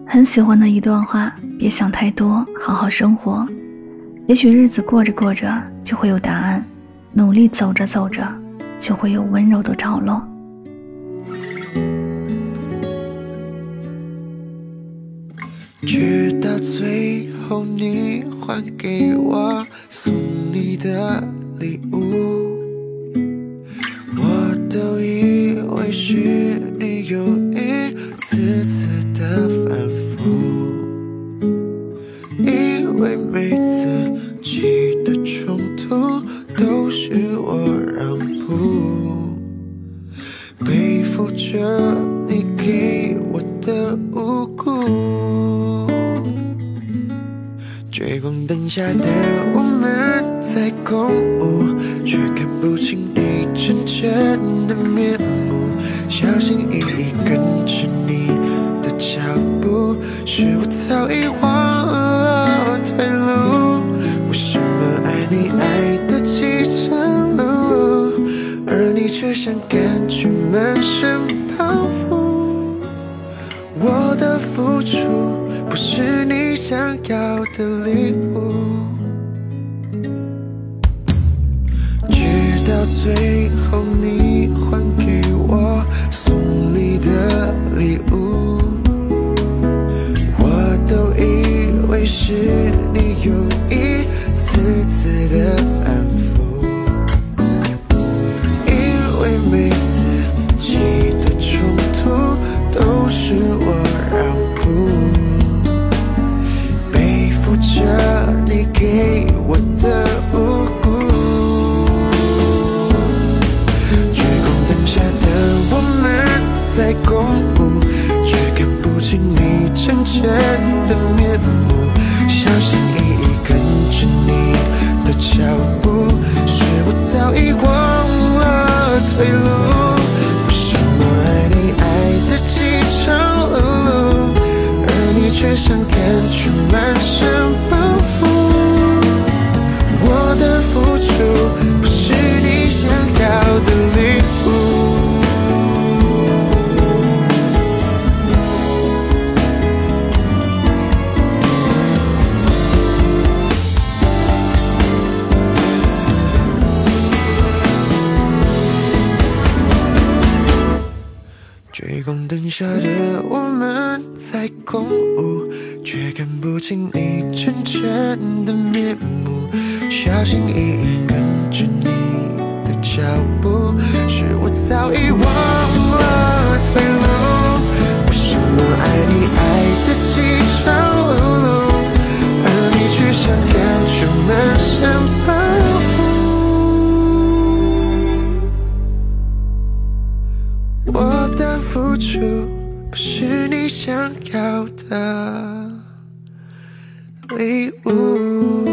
很喜欢的一段话，别想太多，好好生活。也许日子过着过着就会有答案，努力走着走着就会有温柔的着落。 直到最后你还给我送你的礼物，我都以为是你有一次次的反复，以为每次起的冲突都是我让步，背负着你给我的无辜。聚光灯下的我们在共舞，却看不清你真正的面目，小心翼翼跟着你的脚步，是我早已忘了退路。为什么爱你爱的几层路，而你却像感觉满身包袱？我的付出不是你想要的礼物，直到最后你还给我送你的礼物，我都以为是你有一次次的反复，因为每次起的冲突都是我让步，背负着你给我的无辜。聚光灯下的我们在共舞，却看不清你真正的面目，小心翼翼跟着你的脚步，是我早已忘了退路。为什么爱你爱的几场路，而你却像感觉满身包袱？我的付出不是你想要的礼物。聚光灯下的我们在共舞，却看不清你真正的面目，小心翼翼跟着你的脚步，是我早已忘了退路。为什么爱你爱的几场路，而你却像感觉满身包袱？我的付出不是你想要的礼物。